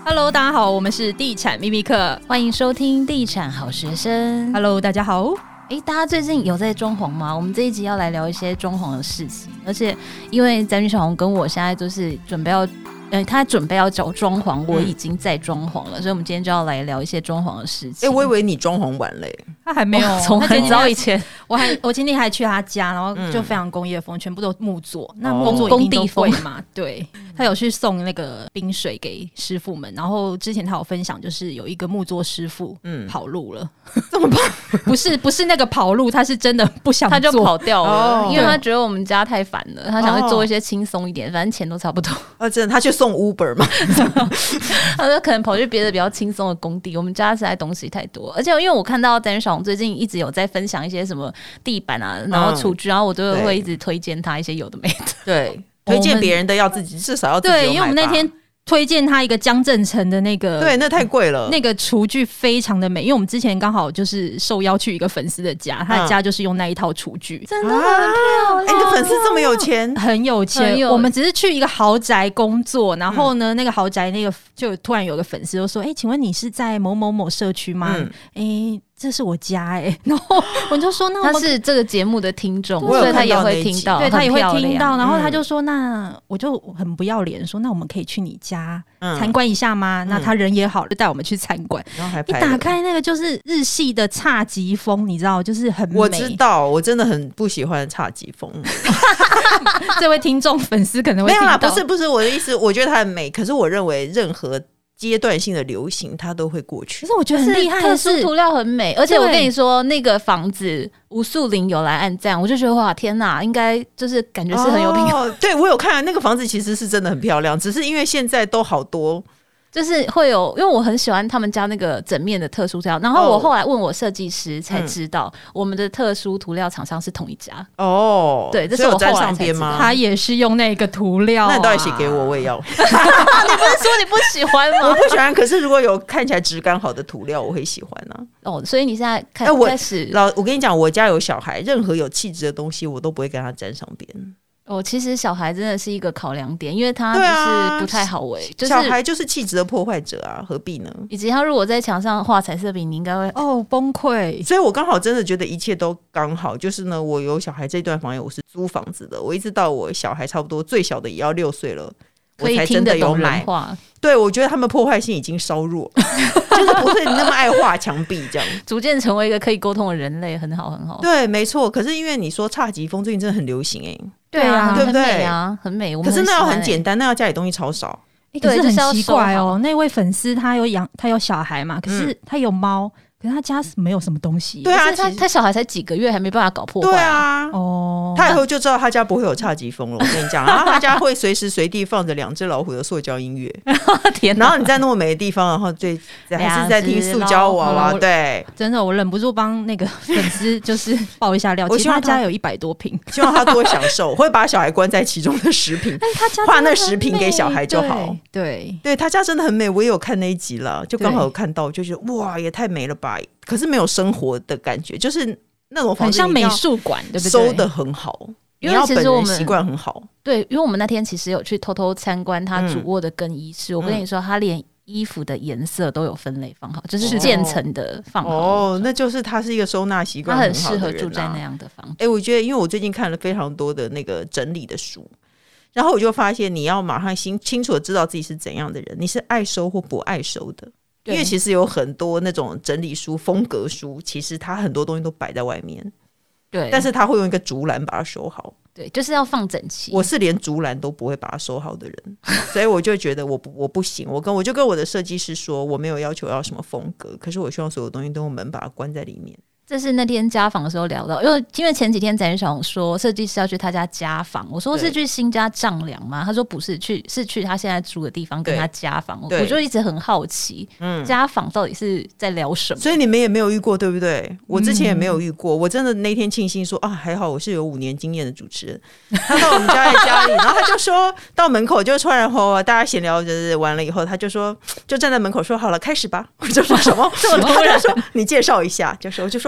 Hello， 大家好，我们是地产秘密课， 欢迎收听地产好学生。 Hello， 大家好。 大家最近有在装潢吗？我们这一集要来聊一些装潢的事情，而且因为宅女小红跟我现在就是准备要他准备要找装潢，我已经在装潢了，所以我们今天就要来聊一些装潢的事情。 我以为你装潢完了他还没有， 从很早以前， 我今天还去他家，然后就非常工业风，全部都木作，那木作一定都贵嘛，对。他有去送那个冰水给师傅们，然后之前他有分享，就是有一个木作师傅跑路了， 这么棒？ 不是那个跑路，他是真的不想做， 他就跑掉了，因为他觉得我们家太烦了，他想去做一些轻松一点，反正钱都差不多。 真的，他去送 Uber 嘛？ 他说可能跑去别的比较轻松的工地，我们家实在东西太多，而且因为我看到宅女小红最近一直有在分享一些什么地板啊，然后厨具，然后我都会一直推荐他一些有的没的。 对。推荐别人的要自己至少要自己有买吧。 对，因为我们那天推荐他一个江正成的那个， 对，那太贵了。 那个厨具非常的美，因为我们之前刚好就是受邀去一个粉丝的家，他的家就是用那一套厨具， 真的很漂亮。 你的粉丝这么有钱， 很有钱。我们只是去一个豪宅工作，然后呢，那个豪宅那个就突然有个粉丝就说：“请问你是在某某某社区吗？”这是我家然后我就说，那他是这个节目的听众，所以他也会听到， 对，他也会听到。然后他就说，那我就很不要脸说，那我们可以去你家参观一下吗？那他人也好，就带我们去参观。 然后还一打开那个就是日系的侘寂风，你知道，就是很美。 我知道，我真的很不喜欢侘寂风。 这位听众粉丝可能会听到， 没有啦，不是我的意思，我觉得它很美，可是我认为任何阶段性的流行它都会过去。 可是我觉得很厉害的是特殊涂料很美，而且我跟你说那个房子吴素玲有来按赞，我就觉得哇天哪，应该就是感觉是很有品对，我有看那个房子其实是真的很漂亮，只是因为现在都好多就是会有，因为我很喜欢他们家那个整面的特殊涂料，然后我后来问我设计师才知道，我们的特殊涂料厂商是同一家对，这是我后来才知道。 他也是用那个涂料那你到底写给我，我也要。 你不是说你不喜欢吗？ 我不喜欢，可是如果有看起来质感好的涂料，我会喜欢啊。 所以你现在开始我跟你讲，我家有小孩，任何有气质的东西，我都不会跟他沾上边。 其实小孩真的是一个考量点，因为他就是不太好就是小孩就是气质的破坏者啊，何必呢？ 以及他如果在墙上画彩色笔，你应该会崩溃。 所以我刚好真的觉得一切都刚好，就是呢，我有小孩这段房我是租房子的，我一直到我小孩差不多最小的也要6岁了， 可以听得懂人话。 对，我觉得他们破坏性已经稍弱，就是不会那么爱画墙壁这样， 逐渐成为一个可以沟通的人类，很好很好。 对，没错。可是因为你说侘寂风最近真的很流行对啊， 对不对？ 很美啊，很美。 可是那要很简单，那要家里东西超少。 可是很奇怪那位粉丝他有小孩嘛，可是他有猫。可是他家没有什么东西。 对啊， 他小孩才几个月，还没办法搞破坏。 对啊，他以后就知道他家不会有侘寂风了。我跟你讲，然后他家会随时随地放着2只老虎的塑胶音乐。 天哪！ 然后你在那么美的地方，然后还是在听塑胶娃娃。对， 真的，我忍不住帮那个粉丝就是爆一下料。其实他家有100多坪， 希望他多享受。我会把小孩关在其中的10坪，画那10坪给小孩就好。 对， 他家真的很美，我也有看那一集了，就刚好有看到，就觉得哇，也太美了吧！可是没有生活的感觉，就是那种房子很像美术馆，对不对？ 收得很好， 因为其实我们习惯很好。 对，因为我们那天其实有去偷偷参观他主卧的更衣室。我跟你说，他连衣服的颜色都有分类放好，就是渐层的放好。 那就是他是一个收纳习惯很好的人， 他很适合住在那样的房子。 我觉得，因为我最近看了非常多的那个整理的书。然后我就发现，你要马上清楚的知道自己是怎样的人，你是爱收或不爱收的。因为其实有很多那种整理书、风格书，其实它很多东西都摆在外面， 对， 但是他会用一个竹篮把它收好。 对，就是要放整齐。 我是连竹篮都不会把它收好的人，所以我就觉得我不行。我就跟我的设计师说，我没有要求要什么风格，可是我希望所有东西都用门把它关在里面。 这是那天家访的时候聊到，因为前几天宅女小红说设计师要去他家家访，我说是去新家丈量吗？他说不是，是去他现在住的地方跟他家访。我就一直很好奇，家访到底是在聊什么？ 所以你们也没有遇过，对不对？我之前也没有遇过，我真的那天庆幸说啊，还好我是有5年经验的主持人。他到我们家里，然后他就说到门口就突然大家闲聊完了以后，他就说就站在门口说好了，开始吧。我就说什么？他就说你介绍一下，我就说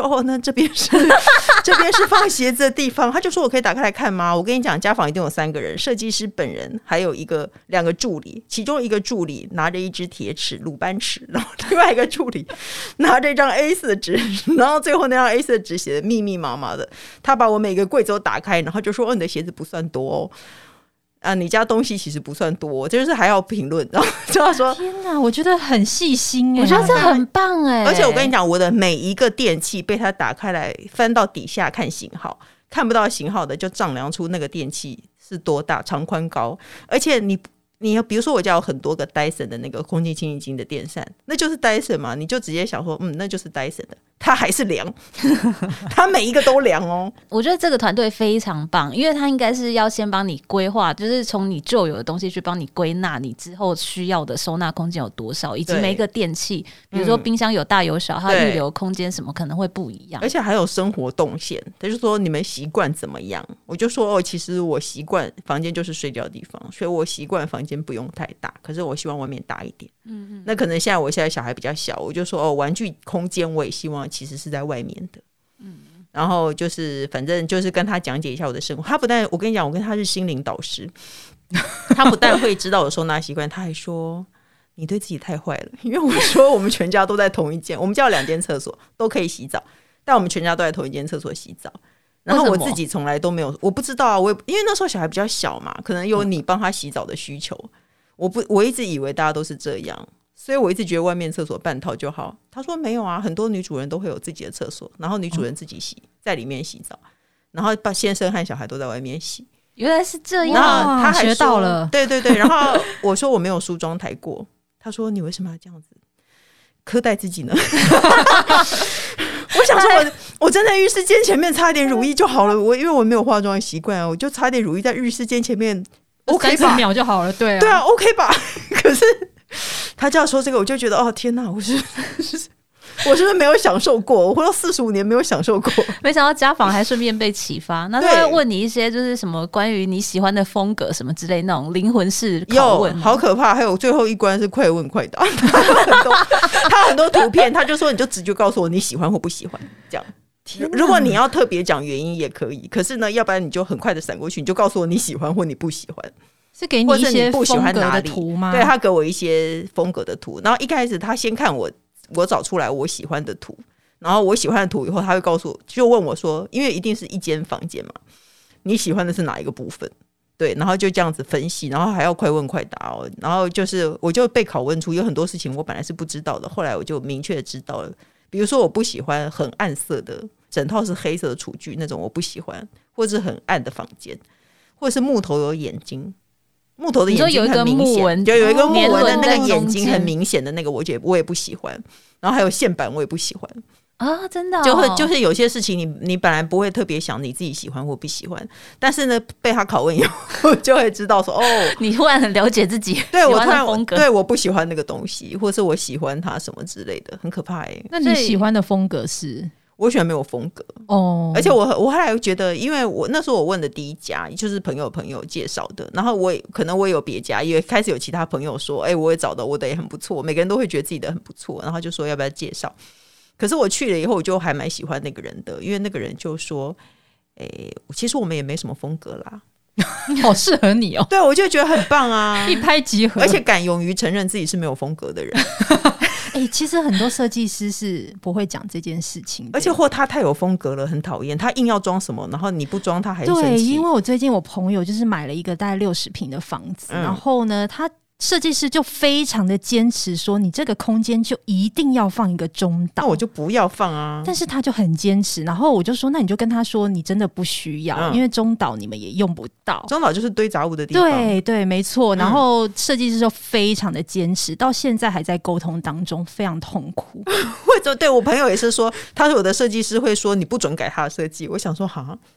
哦，那这边是放鞋子的地方。他就说我可以打开来看吗？我跟你讲，家访一定有3个人，设计师本人还有2个助理，其中一个助理拿着一支铁尺鲁班尺，然后另外一个助理拿着一张 A4 的纸，然后最后那张 A4 的纸写的密密麻麻的。他把我每个柜子都打开，然后就说你的鞋子不算多哦，你家东西其实不算多，就是还要评论，然后就要说天哪，我觉得很细心耶， 我觉得这很棒哎。 而且我跟你讲，我的每一个电器被他打开来翻到底下看型号，看不到型号的就丈量出那个电器是多大长宽高。而且你比如说我家有很多个 Dyson 的那个空气清净机的电扇，那就是 Dyson 嘛，你就直接想说那就是 Dyson 的，它还是量它每一个都量哦。 我觉得这个团队非常棒，因为他应该是要先帮你规划，就是从你旧有的东西去帮你归纳你之后需要的收纳空间有多少，以及每一个电器比如说冰箱有大有小，它预留空间什么可能会不一样， 而且还有生活动线。他就说你们习惯怎么样，我就说其实我习惯房间就是睡觉的地方，所以我习惯房间不用太大，可是我希望外面大一点。那可能我现在小孩比较小，我就说玩具空间我也希望其实是在外面的。然后就是反正就是跟他讲解一下我的生活。他不但我跟你讲，我跟他是心灵导师，他不但会知道我的收纳习惯，他还说你对自己太坏了。因为我说我们全家都在同一间，我们家有2间厕所都可以洗澡，但我们全家都在同一间厕所洗澡。然后我自己从来都没有，我不知道啊，因为那时候小孩比较小嘛，可能有你帮他洗澡的需求。我一直以为大家都是这样，所以我一直觉得外面厕所半套就好。他说没有啊，很多女主人都会有自己的厕所，然后女主人自己洗，在里面洗澡，然后把先生和小孩都在外面洗。 原来是这样， 然后他还学到了， 对对对。然后我说我没有梳妆台过，他说你为什么要这样子苛待自己呢？我想说我站在浴室间前面擦一点乳液就好了，因为我没有化妆的习惯啊，我就擦点乳液在浴室间前面 OK 吧， 30秒就好了。对啊 OK 吧。可是他这样说这个，我就觉得天哪，我是不是没有享受过？我活到45年没有享受过。 没想到家访还顺便被启发，那他会问你一些就是什么关于你喜欢的风格什么之类那种灵魂式拷问， 好可怕。还有最后一关是快问快答，他很多图片，他就说你就直接告诉我你喜欢或不喜欢这样。如果你要特别讲原因也可以，可是呢，要不然你就很快的闪过去，你就告诉我你喜欢或你不喜欢。 是给你一些风格的图吗？ 对，他给我一些风格的图，然后一开始他先看我找出来我喜欢的图，然后我喜欢的图以后，他会告诉我，就问我说，因为一定是一间房间嘛，你喜欢的是哪一个部分？对，然后就这样子分析，然后还要快问快答哦。然后就是我就被拷问出有很多事情我本来是不知道的，后来我就明确的知道了。比如说我不喜欢很暗色的，整套是黑色的厨具那种我不喜欢，或者是很暗的房间，或者是木头有眼睛。木头的眼睛很明显，就有一个木纹的那个眼睛很明显的那个，我觉得我也不喜欢。然后还有线板我也不喜欢啊，真的就是有些事情你本来不会特别想你自己喜欢或不喜欢，但是呢被他拷问以后就会知道说你突然很了解自己喜欢的风格， 对我不喜欢那个东西，或是我喜欢它什么之类的，很可怕那你喜欢的风格是？ 我喜欢没有风格而且我后来觉得，因为我那时候我问的第一家就是朋友介绍的，然后可能我也有别家，也开始有其他朋友说我也找到我的也很不错，每个人都会觉得自己的很不错，然后就说要不要介绍。可是我去了以后我就还蛮喜欢那个人的，因为那个人就说其实我们也没什么风格啦。 好适合你哦。 对，我就觉得很棒啊， 一拍即合， 而且敢勇于承认自己是没有风格的人。 其实很多设计师是不会讲这件事情的， 而且或他太有风格了，很讨厌。他硬要装什么，然后你不装他还生气。 对，因为我最近我朋友就是买了一个大概60坪的房子，然后呢，他设计师就非常的坚持说，你这个空间就一定要放一个中岛。 那我就不要放啊。 但是他就很坚持，然后我就说，那你就跟他说，你真的不需要，因为中岛你们也用不到。 中岛就是堆杂物的地方。 对对，没错。然后设计师就非常的坚持，到现在还在沟通当中，非常痛苦。对， 我朋友也是说，他说有的设计师会说你不准改他的设计。我想说，哈。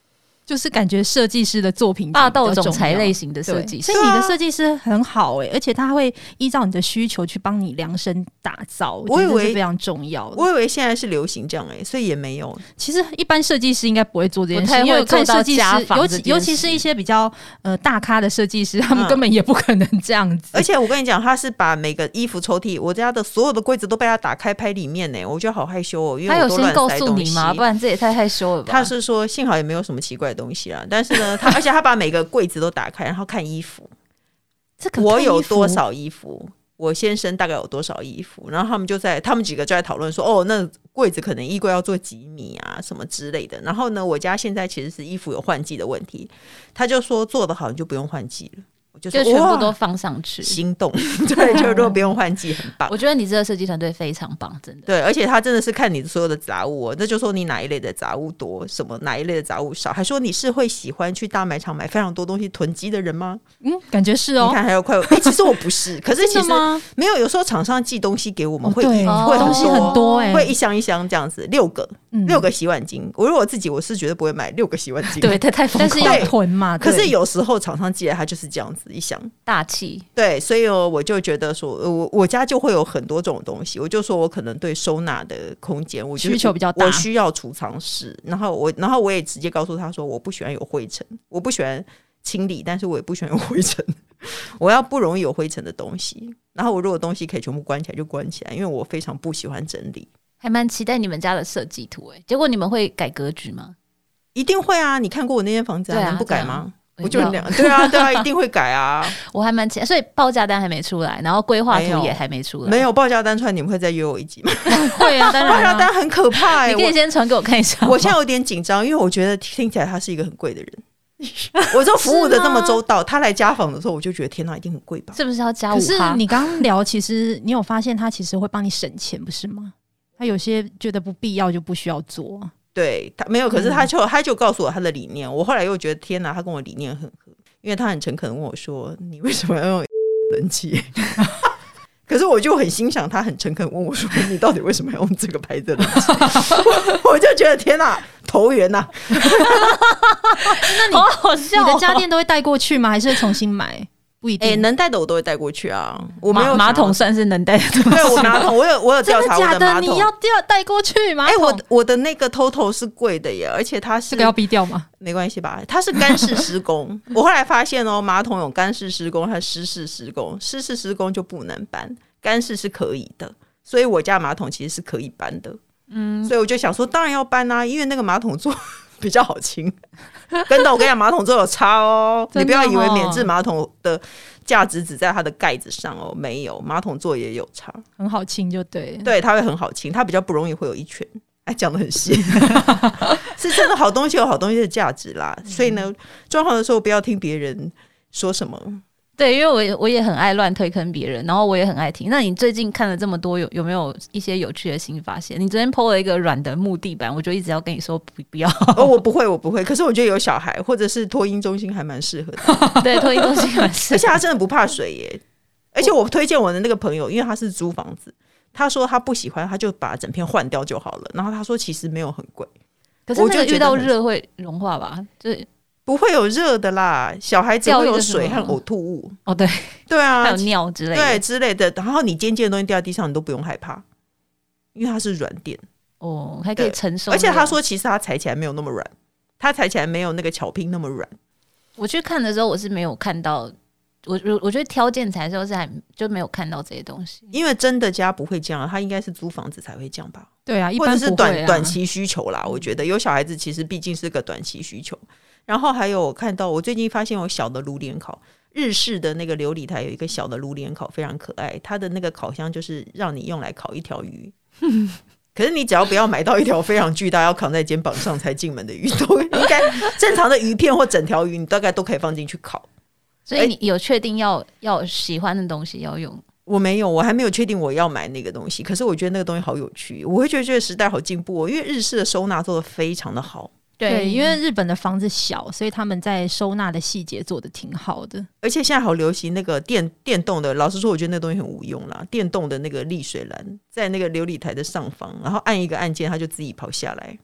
就是感觉设计师的作品霸道总裁类型的设计师，所以你的设计师很好而且他会依照你的需求去帮你量身打造，我觉得这是非常重要的。 我以为现在是流行这样所以也没有。 其实一般设计师应该不会做这件事，因为看设计师，尤其是一些比较大咖的设计师，他们根本也不可能这样子。 而且我跟你讲，他是把每个衣服抽屉，我家的所有的柜子都被他打开拍里面我觉得好害羞因为我都乱塞东西。他有先告诉你吗？ 不然这也太害羞了吧。 他是说幸好也没有什么奇怪的东西啦，但是呢而且他把每个柜子都打开，然后看衣服，我有多少衣服，我先生大概有多少衣服，然后他们几个就在讨论说那柜子可能衣柜要做几米啊什么之类的。然后呢我家现在其实是衣服有换季的问题，他就说做得好你就不用换季了，就全部都放上去， 心动对，就如果不用换季很棒。 我觉得你这个设计团队非常棒，真的。 对，而且他真的是看你所有的杂物那就说你哪一类的杂物多，什么哪一类的杂物少，还说你是会喜欢去大卖场买非常多东西囤积的人吗？ 感觉是你看还有快其实我不是可是其实没有时候厂商寄东西给我们会东西很多会一箱一箱这样子，6个洗碗巾。如果我自己我是绝对不会买6个洗碗巾， 对，太疯狂， 但是要囤嘛。 可是有时候厂商寄来它就是这样子一箱大气。 对，所以我就觉得说我家就会有很多这种东西，我就说我可能对收纳的空间需求比较大， 我需要储藏室。然后我也直接告诉他说我不喜欢有灰尘，我不喜欢清理，但是我也不喜欢有灰尘我要不容易有灰尘的东西。然后我如果东西可以全部关起来就关起来，因为我非常不喜欢整理。 还蛮期待你们家的设计图结果你们会改格局吗？ 一定会啊，你看过我那间房子能不改吗？我就这样，对啊一定会改啊我还蛮期待，所以报价单还没出来，然后规划图也还没出来。 没有报价单出来，你们会再约我一集吗？ 会啊，当然报价单很可怕你可以先传给我看一下。 我现在有点紧张，因为我觉得听起来他是一个很贵的人我就服务的这么周到他来家访的时候我就觉得天哪一定很贵吧， 是不是要加5%？ 可是你刚刚聊其实你有发现他其实会帮你省钱不是吗？他有些觉得不必要就不需要做。 对，他没有，可是他就告诉我他的理念。我后来又觉得天哪，他跟我理念很合，因为他很诚恳地问我说你为什么要用冷气可是我就很欣赏他很诚恳问我说你到底为什么要用这个牌子的冷气我就觉得天哪投缘哪那你好好笑你的家电都会带过去吗？还是会重新买？不一定能带的我都会带过去啊。我没有马桶算是能带的东西。 对，我马桶我有调查我的马桶。 真的假的？你要带过去马桶？ 我的那个 Total 是贵的耶，而且它是这个要逼掉吗？ 没关系吧，它是干式施工我后来发现马桶有干式施工和湿式施工，湿式施工就不能搬，干式是可以的，所以我家马桶其实是可以搬的。所以我就想说当然要搬啊，因为那个马桶座比较好清跟到我跟你讲马桶座有差你不要以为免治马桶的价值只在它的盖子上没有，马桶座也有差， 很好清就对， 对，它会很好清，它比较不容易会有一圈。讲得很细是真的好东西有好东西的价值啦所以呢装潢的时候不要听别人说什么。 对，因为我也很爱乱推坑别人，然后我也很爱听。那你最近看了这么多，有没有一些有趣的新发现？你昨天 po 了一个软的木地板，我就一直要跟你说不要我不会，可是我觉得有小孩或者是托婴中心还蛮适合的对，托婴中心蛮适合， 而且他真的不怕水耶。而且我推荐我的那个朋友，因为他是租房子，他说他不喜欢他就把整片换掉就好了，然后他说其实没有很贵。 可是那个遇到热会融化吧？就是不会有热的啦，小孩子会有水和呕吐物对啊， 还有尿之类的， 对之类的，然后你尖尖的东西掉在地上你都不用害怕，因为它是软垫还可以承受。 而且他说其实他踩起来没有那么软，他踩起来没有那个巧拼那么软。 我去看的时候我是没有看到，我觉得挑建材的时候是就没有看到这些东西， 因为真的家不会这样，他应该是租房子才会这样吧。 对啊，一般不会或者是短期需求啦。我觉得有小孩子其实毕竟是个短期需求。然后还有我看到我最近发现有小的炉连烤，日式的那个琉璃台有一个小的炉连烤非常可爱，它的那个烤箱就是让你用来烤一条鱼可是你只要不要买到一条非常巨大要扛在肩膀上才进门的鱼，都应该正常的鱼片或整条鱼你大概都可以放进去烤。 所以你有确定要喜欢的东西要用？ 我没有，我还没有确定我要买那个东西，可是我觉得那个东西好有趣，我会觉得这个时代好进步因为日式的收纳做得非常的好。 对，因为日本的房子小，所以他们在收纳的细节做得挺好的。 而且现在好流行那个电动的，老实说我觉得那东西很无用啦，电动的那个沥水篮在那个琉璃台的上方，然后按一个按键它就自己跑下来。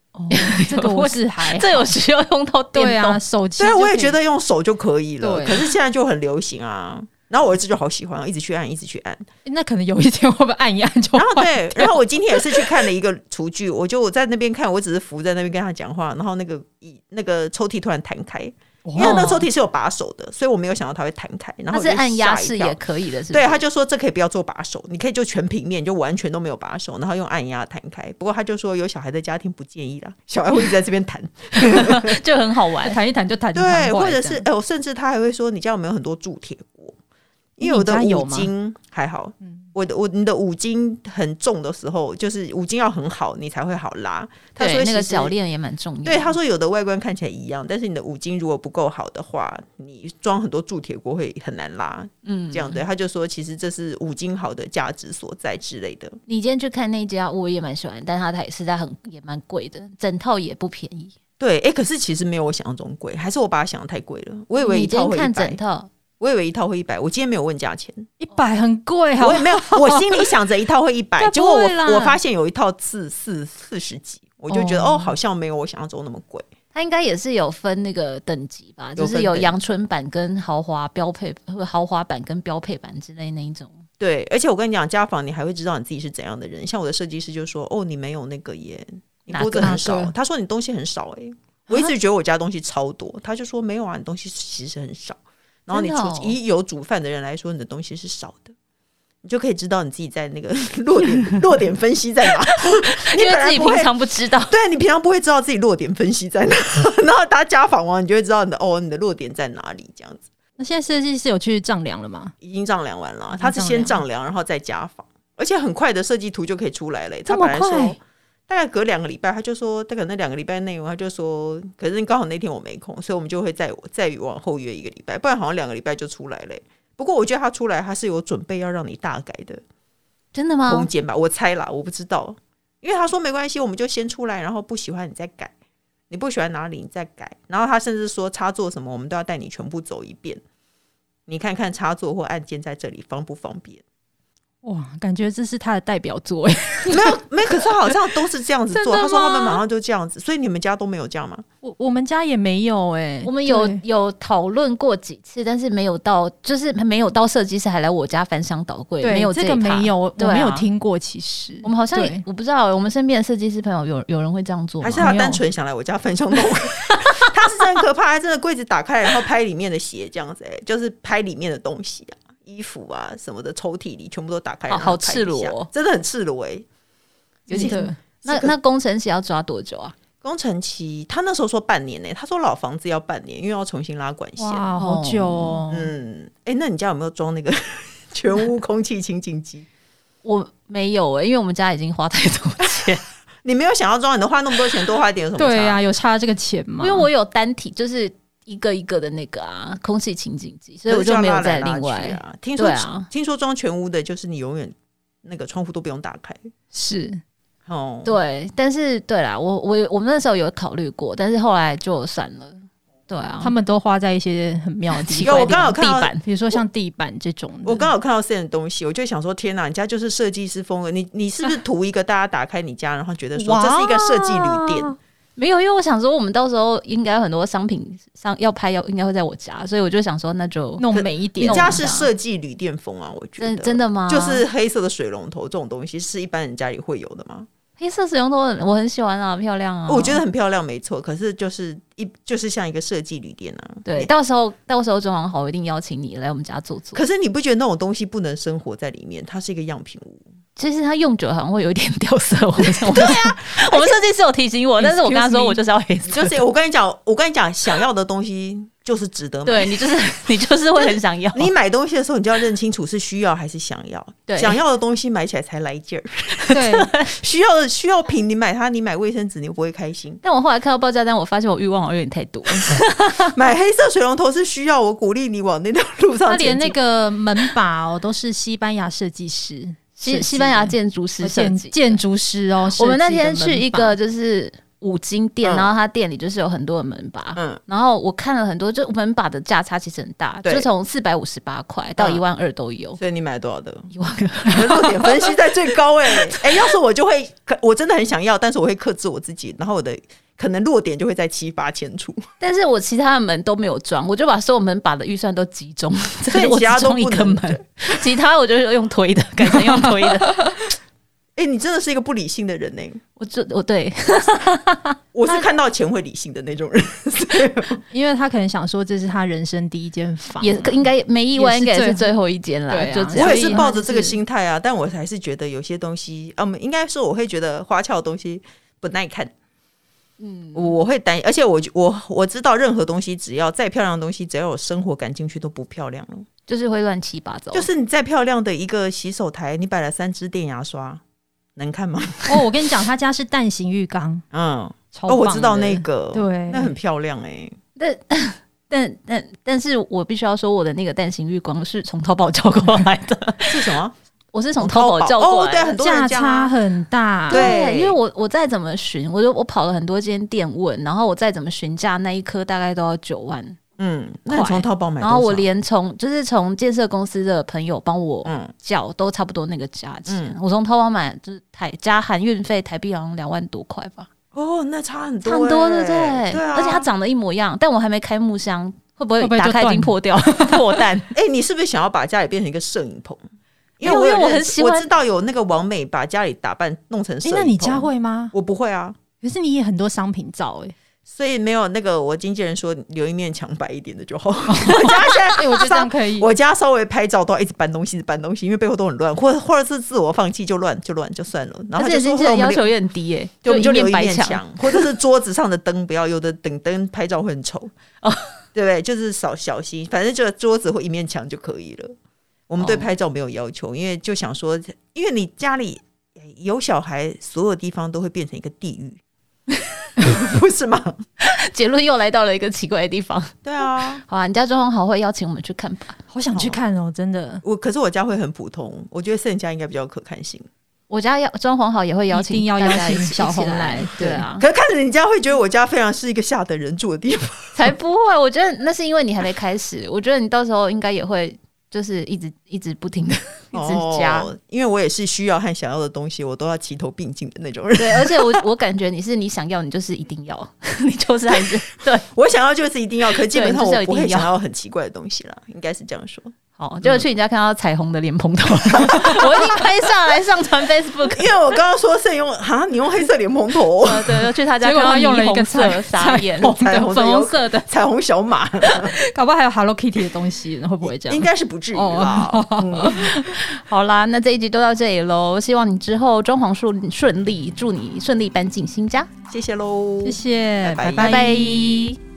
这个我是还这有需要用到电动？ 对啊，手机对，我也觉得用手就可以了。 对， 可是现在就很流行啊。然后我儿子就好喜欢，一直去按，一直去按。 那可能有一天会不会按一按就？ 然后对，然后我今天也是去看了一个厨具，我在那边看，我只是扶在那边跟他讲话，然后那个抽屉突然弹开，因为那个抽屉是有把手的，所以我没有想到它会弹开。然后它是按压式也可以的，是不是？ 对，他就说这可以不要做把手，你可以就全平面，就完全都没有把手，然后用按压弹开。不过他就说有小孩的家庭不建议啦，小孩会一直在这边弹， 就很好玩， 弹一弹就弹。 对，或者是甚至他还会说你家有没有很多铸铁锅？因为我的五金还好，你的五金很重的时候，就是五金要很好，你才会好拉。他说那个铰链也蛮重要的。 对，他说有的外观看起来一样，但是你的五金如果不够好的话，你装很多铸铁锅会很难拉。这样对，他就说其实这是五金好的价值所在之类的。 你今天去看那家，我也蛮喜欢，但它也是在也蛮贵的，整套也不便宜。 对，可是其实没有我想象中贵，还是我把它想的太贵了。我以为一套会100， 你今天看整套。 我以为一套会100，我今天没有问价钱 ，100很贵哈。 我也没有，我心里想着一套会100，结果我发现有一套40几，我就觉得好像没有我想象中那么贵。 它应该也是有分那个等级吧，就是有阳春版跟豪华标配，或豪华版跟标配版之类那一种。 对，而且我跟你讲，家访你还会知道你自己是怎样的人。像我的设计师就说：“你没有那个耶，你锅子很少。”他说：“你东西很少。”我一直觉得我家东西超多，他就说：“没有啊，你东西其实很少。”然后以有煮饭的人来说，你的东西是少的，你就可以知道你自己在那个落点分析在哪。 因为自己平常不知道， 对，你平常不会知道自己落点分析在哪，然后大家家访完，你就会知道你的落点在哪里这样子。 那现在设计师有去丈量了吗？ 已经丈量完了，他是先丈量，然后再家访，而且很快的设计图就可以出来了。 这么快？ 他本来说大概隔2个礼拜，他就说大概那2个礼拜内容，他就说，可是刚好那天我没空，所以我们就会再往后约1个礼拜，不然好像2个礼拜就出来了。不过我觉得他出来，他是有准备要让你大改的， 真的吗？ 空间吧，我猜啦，我不知道，因为他说没关系，我们就先出来，然后不喜欢你再改，你不喜欢哪里你再改，然后他甚至说插座什么，我们都要带你全部走一遍，你看看插座或按键在这里方不方便。 哇，感觉这是他的代表作没有，可是好像都是这样子做。他说他们马上就这样子，所以你们家都没有这样吗？ 我们家也没有我们有讨论过几次，但是没有到，就是没有到设计师还来我家翻箱倒柜，没有这个没有，我没有听过。其实我们好像我不知道，我们身边的设计师朋友有人会这样做吗？ 还是他单纯想来我家翻箱倒柜？他是真的可怕，他真的柜子打开然后拍里面的鞋这样子，就是拍里面的东西啊。衣服啊什么的抽屉里全部都打开， 好赤裸真的很赤裸尤其那工程期要抓多久啊？ 工程期他那时候说半年他说老房子要半年，因为要重新拉管线。 哇，好久哦。 那你家有没有装那个全屋空气清净机？ 我没有因为我们家已经花太多钱。 你没有想要装，你都花那么多钱，多花一点有什么差？ 对啊，有差这个钱吗？ 因为我有单体，就是一个一个的那个空气清净机，所以我就没有再另外听说装全屋的，就是你永远那个窗户都不用打开。 是对，但是对啦，我们那时候有考虑过，但是后来就算了。对啊， 他们都花在一些很妙的地方。 我刚好看到地板，比如说像地板这种。 我刚好看到这样的东西，我就想说：天哪，你家就是设计师风格，你是不是图一个大家打开你家，然后觉得说这是一个设计旅店？ 没有，因为我想说我们到时候应该有很多商品要拍，应该会在我家，所以我就想说那就弄美一点。 你家是设计旅店风啊？我觉得真的吗？ 就是黑色的水龙头这种东西是一般人家里会有的吗？ 黑色水龙头我很喜欢啊，漂亮啊， 我觉得很漂亮，没错。可是就是像一个设计旅店啊。 对，到时候装潢好，我一定邀请你来我们家坐。 可是你不觉得那种东西不能生活在里面？它是一个样品屋。 其实它用久了好像会有一点掉色。对啊，我们设计师有提醒我，但是我跟他说我就是要黑色。 就是我跟你讲，想要的东西就是值得买。 对，你就是会很想要。 你买东西的时候，你就要认清楚是需要还是想要。对，想要的东西买起来才来劲儿。 对， 需要品你买它，你买卫生纸你不会开心。 但我后来看到报价单，我发现我欲望好像有点太多。 买黑色水龙头是需要，我鼓励你往那条路上前进。 他连那个门把都是西班牙设计师。 西班牙建筑师设计建筑师我们那天去一个就是五金店，然后他店里就是有很多的门把，然后我看了很多，就门把的价差其实很大，就从458块到12000都有。 所以你买多少的 ？12000。 弱点分析在最高要是我就会，我真的很想要，但是我会克制我自己，然后我的可能弱点就会在7-8千处。 但是我其他的门都没有装，我就把所有门把的预算都集中， 所以我只装一个门， 其他我就用推的，改成用推的。 你真的是一个不理性的人我对我是看到钱会理性的那种人因为他可能想说这是他人生第一间房， 也应该没意外，应该是最后一间啦。 我也是抱着这个心态啊，但我还是觉得有些东西应该说我会觉得花俏的东西不耐看。我会担心，而且我知道任何东西只要再漂亮的东西，只要有生活感进去都不漂亮了， 就是会乱七八糟。 就是你再漂亮的一个洗手台，你摆了3支电牙刷能看吗？ 我跟你讲，他家是蛋形浴缸， 我知道那个， 对， 那很漂亮但是我必须要说，我的那个蛋形浴缸是从淘宝叫过来的。 是什么？ 我是从淘宝叫过来的， 对，很多人价差很大。 对，因为我再怎么询，我跑了很多间店问，然后我再怎么询价，那一颗大概都要9万。 那你从淘宝买多少？ 然后我连从建设公司的朋友帮我叫，都差不多那个价钱。我从淘宝买就是加含运费，台币好像2万多块吧。 那差很多， 差很多，对不对？ 对啊， 而且它长得一模一样，但我还没开木箱，会不会打开已经破掉破蛋？ 你是不是想要把家里变成一个摄影棚？因为我很喜欢， 我知道有那个网美把家里打扮弄成摄影棚。 那你家会吗？ 我不会啊， 可是你也很多商品照所以没有那个，我经纪人说留一面墙白一点的就好。我家现在我觉得这样可以。 我家稍微拍照都要一直搬东西，因为背后都很乱，或者是自我放弃就乱就算了。然后而且经纪人要求也很低就留一面墙，或者是桌子上的灯不要，有的灯拍照会很丑对不对？就是小心，反正就桌子或一面墙就可以了。我们对拍照没有要求，因为就想说，因为你家里有小孩，所有地方都会变成一个地狱。不是吗？ 结论又来到了一个奇怪的地方。 对啊， 好啊，你家装潢好会邀请我们去看吧？ 好想去看真的。 可是我家会很普通，我觉得圣家应该比较可看性。 我家装潢好也会邀请， 一定要邀请小红来。 对啊， 可是看着你家会觉得我家非常是一个下等人住的地方。 才不会，我觉得那是因为你还没开始。我觉得你到时候应该也会。就是一直不停的一直加， 因为我也是需要和想要的东西，我都要齐头并进的那种人。 对，而且我感觉你想要，你就是一定要，你就是还是对我想要就是一定要，可是基本上我不会想要很奇怪的东西啦，应该是这样说。 好，结果去你家看到彩虹的莲蓬头，我一定拍下来上传 Facebook。 因为我刚刚说是用你用黑色莲蓬头， 对，就去他家看到用了一个色傻眼， 粉红色的彩虹小马， 搞不好还有 Hello Kitty 的东西，会不会这样？ 应该是不至于啦。 好啦，那这一集都到这里喽，希望你之后装潢顺利，祝你顺利搬进新家。 谢谢喽， 谢谢， 拜拜。